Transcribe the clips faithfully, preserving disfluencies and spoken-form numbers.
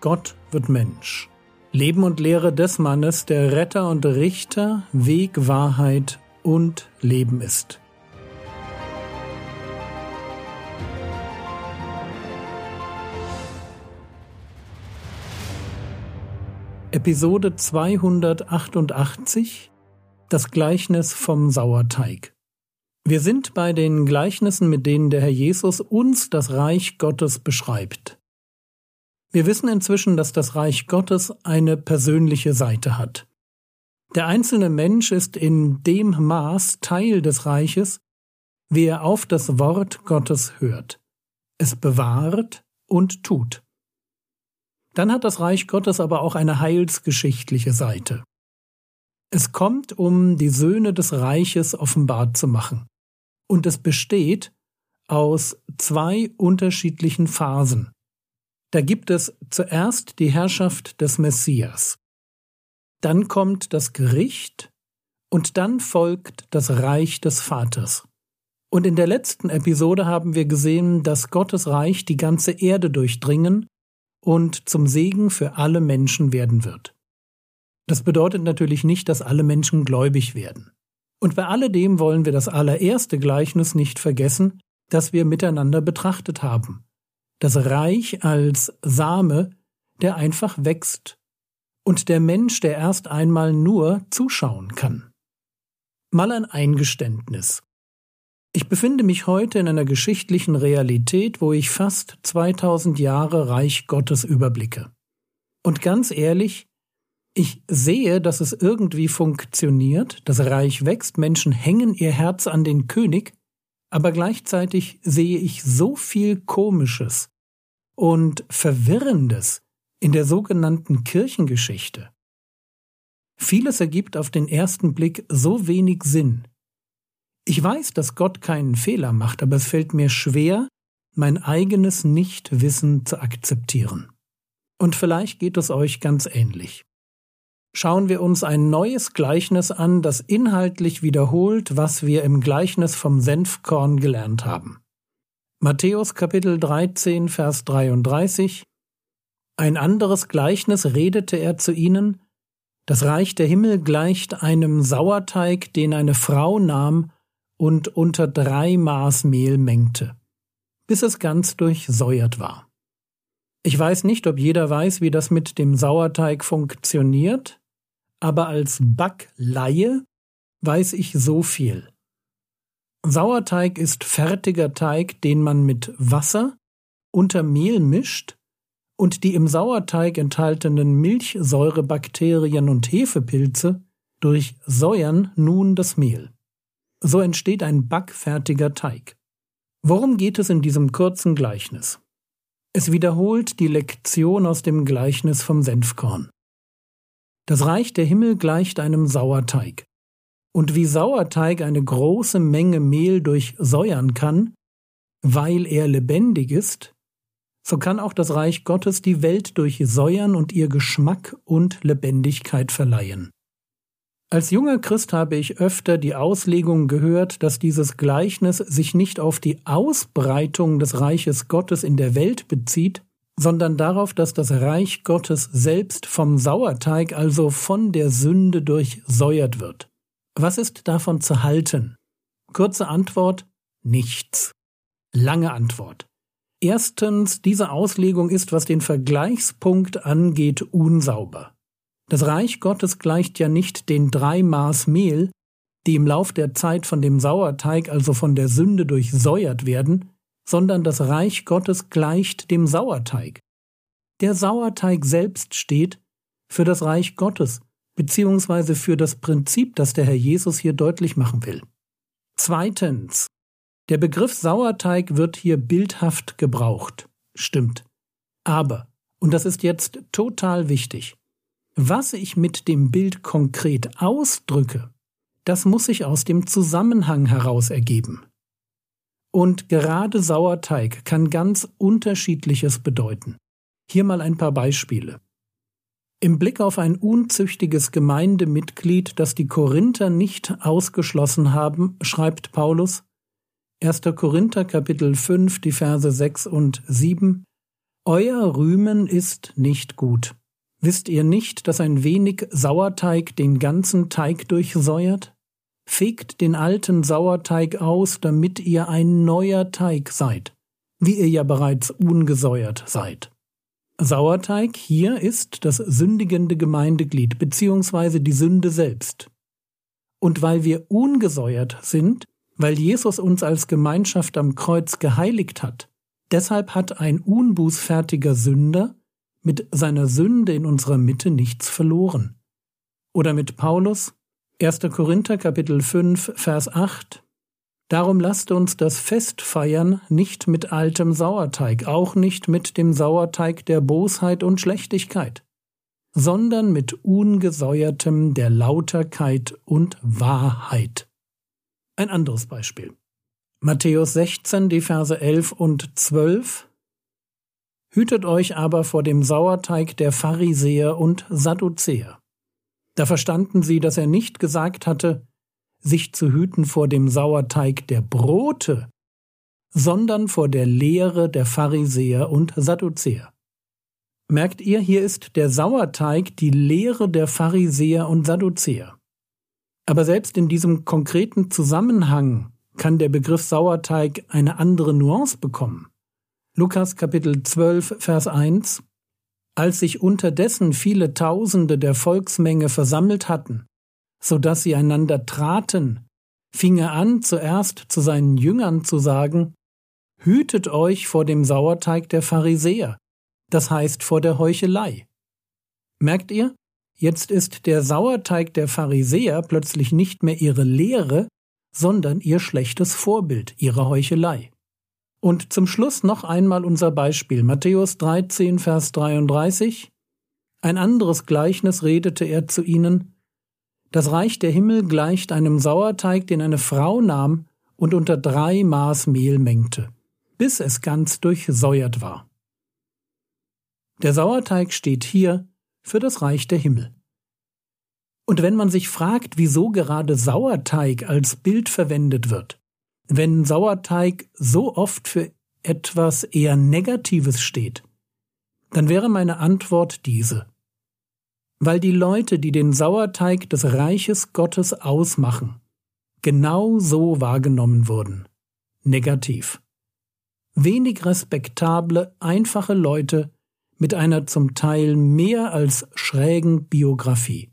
Gott wird Mensch. Leben und Lehre des Mannes, der Retter und Richter, Weg, Wahrheit und Leben ist. Episode zweihundertachtundachtzig – Das Gleichnis vom Sauerteig. Wir sind bei den Gleichnissen, mit denen der Herr Jesus uns das Reich Gottes beschreibt. Wir wissen inzwischen, dass das Reich Gottes eine persönliche Seite hat. Der einzelne Mensch ist in dem Maß Teil des Reiches, wie er auf das Wort Gottes hört, es bewahrt und tut. Dann hat das Reich Gottes aber auch eine heilsgeschichtliche Seite. Es kommt, um die Söhne des Reiches offenbart zu machen. Und es besteht aus zwei unterschiedlichen Phasen. Da gibt es zuerst die Herrschaft des Messias. Dann kommt das Gericht und dann folgt das Reich des Vaters. Und in der letzten Episode haben wir gesehen, dass Gottes Reich die ganze Erde durchdringen und zum Segen für alle Menschen werden wird. Das bedeutet natürlich nicht, dass alle Menschen gläubig werden. Und bei alledem wollen wir das allererste Gleichnis nicht vergessen, das wir miteinander betrachtet haben. Das Reich als Same, der einfach wächst. Und der Mensch, der erst einmal nur zuschauen kann. Mal ein Eingeständnis. Ich befinde mich heute in einer geschichtlichen Realität, wo ich fast zweitausend Jahre Reich Gottes überblicke. Und ganz ehrlich, ich sehe, dass es irgendwie funktioniert, das Reich wächst, Menschen hängen ihr Herz an den König, aber gleichzeitig sehe ich so viel Komisches und Verwirrendes in der sogenannten Kirchengeschichte. Vieles ergibt auf den ersten Blick so wenig Sinn. Ich weiß, dass Gott keinen Fehler macht, aber es fällt mir schwer, mein eigenes Nichtwissen zu akzeptieren. Und vielleicht geht es euch ganz ähnlich. Schauen wir uns ein neues Gleichnis an, das inhaltlich wiederholt, was wir im Gleichnis vom Senfkorn gelernt haben. Matthäus Kapitel dreizehn, Vers dreiunddreißig. Ein anderes Gleichnis redete er zu ihnen: Das Reich der Himmel gleicht einem Sauerteig, den eine Frau nahm und unter drei Maß Mehl mengte, bis es ganz durchsäuert war. Ich weiß nicht, ob jeder weiß, wie das mit dem Sauerteig funktioniert, aber als Backlaie weiß ich so viel. Sauerteig ist fertiger Teig, den man mit Wasser unter Mehl mischt und die im Sauerteig enthaltenen Milchsäurebakterien und Hefepilze durchsäuern nun das Mehl. So entsteht ein backfertiger Teig. Worum geht es in diesem kurzen Gleichnis? Es wiederholt die Lektion aus dem Gleichnis vom Senfkorn. Das Reich der Himmel gleicht einem Sauerteig. Und wie Sauerteig eine große Menge Mehl durchsäuern kann, weil er lebendig ist, so kann auch das Reich Gottes die Welt durchsäuern und ihr Geschmack und Lebendigkeit verleihen. Als junger Christ habe ich öfter die Auslegung gehört, dass dieses Gleichnis sich nicht auf die Ausbreitung des Reiches Gottes in der Welt bezieht, sondern darauf, dass das Reich Gottes selbst vom Sauerteig, also von der Sünde, durchsäuert wird. Was ist davon zu halten? Kurze Antwort: nichts. Lange Antwort: Erstens, diese Auslegung ist, was den Vergleichspunkt angeht, unsauber. Das Reich Gottes gleicht ja nicht den drei Maß Mehl, die im Lauf der Zeit von dem Sauerteig, also von der Sünde, durchsäuert werden, sondern das Reich Gottes gleicht dem Sauerteig. Der Sauerteig selbst steht für das Reich Gottes, beziehungsweise für das Prinzip, das der Herr Jesus hier deutlich machen will. Zweitens, der Begriff Sauerteig wird hier bildhaft gebraucht. Stimmt. Aber, und das ist jetzt total wichtig, was ich mit dem Bild konkret ausdrücke, das muss sich aus dem Zusammenhang heraus ergeben. Und gerade Sauerteig kann ganz Unterschiedliches bedeuten. Hier mal ein paar Beispiele. Im Blick auf ein unzüchtiges Gemeindemitglied, das die Korinther nicht ausgeschlossen haben, schreibt Paulus, erster Korinther Kapitel fünf, die Verse sechs und sieben: Euer Rühmen ist nicht gut. Wisst ihr nicht, dass ein wenig Sauerteig den ganzen Teig durchsäuert? Fegt den alten Sauerteig aus, damit ihr ein neuer Teig seid, wie ihr ja bereits ungesäuert seid. Sauerteig hier ist das sündigende Gemeindeglied bzw. die Sünde selbst. Und weil wir ungesäuert sind, weil Jesus uns als Gemeinschaft am Kreuz geheiligt hat, deshalb hat ein unbußfertiger Sünder mit seiner Sünde in unserer Mitte nichts verloren. Oder mit Paulus, erster Korinther Kapitel fünf, Vers acht: Darum lasst uns das Fest feiern, nicht mit altem Sauerteig, auch nicht mit dem Sauerteig der Bosheit und Schlechtigkeit, sondern mit ungesäuertem der Lauterkeit und Wahrheit. Ein anderes Beispiel. Matthäus sechzehn, die Verse elf und zwölf: Hütet euch aber vor dem Sauerteig der Pharisäer und Sadduzäer. Da verstanden sie, dass er nicht gesagt hatte, sich zu hüten vor dem Sauerteig der Brote, sondern vor der Lehre der Pharisäer und Sadduzäer. Merkt ihr, hier ist der Sauerteig die Lehre der Pharisäer und Sadduzäer. Aber selbst in diesem konkreten Zusammenhang kann der Begriff Sauerteig eine andere Nuance bekommen. Lukas Kapitel zwölf, Vers eins: Als sich unterdessen viele Tausende der Volksmenge versammelt hatten, so dass sie einander traten, fing er an, zuerst zu seinen Jüngern zu sagen: Hütet euch vor dem Sauerteig der Pharisäer, das heißt vor der Heuchelei. Merkt ihr? Jetzt ist der Sauerteig der Pharisäer plötzlich nicht mehr ihre Lehre, sondern ihr schlechtes Vorbild, ihre Heuchelei. Und zum Schluss noch einmal unser Beispiel, Matthäus dreizehn, Vers dreiunddreißig. Ein anderes Gleichnis redete er zu ihnen: Das Reich der Himmel gleicht einem Sauerteig, den eine Frau nahm und unter drei Maß Mehl mengte, bis es ganz durchsäuert war. Der Sauerteig steht hier für das Reich der Himmel. Und wenn man sich fragt, wieso gerade Sauerteig als Bild verwendet wird, wenn Sauerteig so oft für etwas eher Negatives steht, dann wäre meine Antwort diese: Weil die Leute, die den Sauerteig des Reiches Gottes ausmachen, genau so wahrgenommen wurden. Negativ. Wenig respektable, einfache Leute mit einer zum Teil mehr als schrägen Biografie.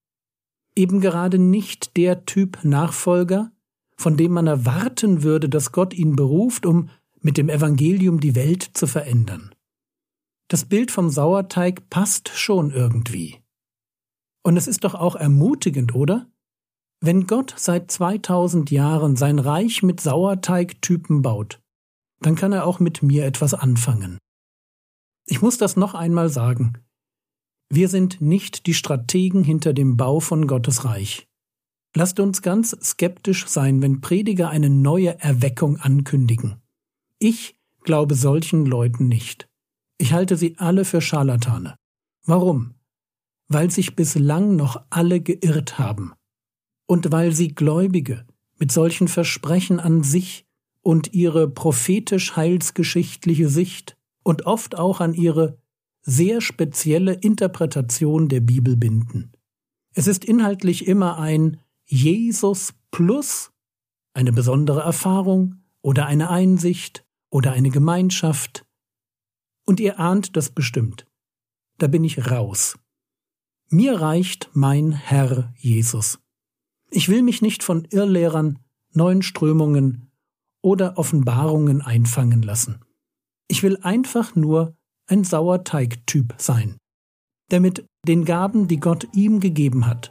Eben gerade nicht der Typ Nachfolger, von dem man erwarten würde, dass Gott ihn beruft, um mit dem Evangelium die Welt zu verändern. Das Bild vom Sauerteig passt schon irgendwie. Und es ist doch auch ermutigend, oder? Wenn Gott seit zweitausend Jahren sein Reich mit Sauerteigtypen baut, dann kann er auch mit mir etwas anfangen. Ich muss das noch einmal sagen. Wir sind nicht die Strategen hinter dem Bau von Gottes Reich. Lasst uns ganz skeptisch sein, wenn Prediger eine neue Erweckung ankündigen. Ich glaube solchen Leuten nicht. Ich halte sie alle für Scharlatane. Warum? Weil sich bislang noch alle geirrt haben. Und weil sie Gläubige mit solchen Versprechen an sich und ihre prophetisch-heilsgeschichtliche Sicht und oft auch an ihre sehr spezielle Interpretation der Bibel binden. Es ist inhaltlich immer ein Jesus plus, eine besondere Erfahrung oder eine Einsicht oder eine Gemeinschaft. Und ihr ahnt das bestimmt. Da bin ich raus. Mir reicht mein Herr Jesus. Ich will mich nicht von Irrlehrern, neuen Strömungen oder Offenbarungen einfangen lassen. Ich will einfach nur ein Sauerteigtyp sein, der mit den Gaben, die Gott ihm gegeben hat,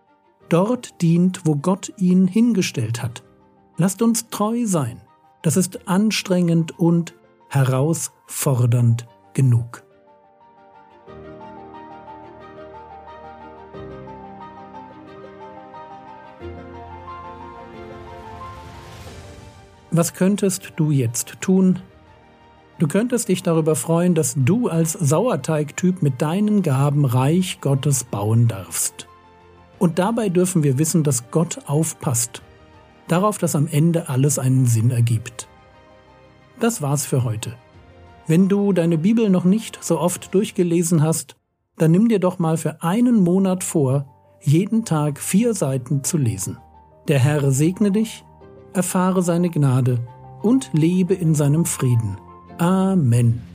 dort dient, wo Gott ihn hingestellt hat. Lasst uns treu sein. Das ist anstrengend und herausfordernd genug. Was könntest du jetzt tun? Du könntest dich darüber freuen, dass du als Sauerteigtyp mit deinen Gaben Reich Gottes bauen darfst. Und dabei dürfen wir wissen, dass Gott aufpasst. Darauf, dass am Ende alles einen Sinn ergibt. Das war's für heute. Wenn du deine Bibel noch nicht so oft durchgelesen hast, dann nimm dir doch mal für einen Monat vor, jeden Tag vier Seiten zu lesen. Der Herr segne dich, erfahre seine Gnade und lebe in seinem Frieden. Amen.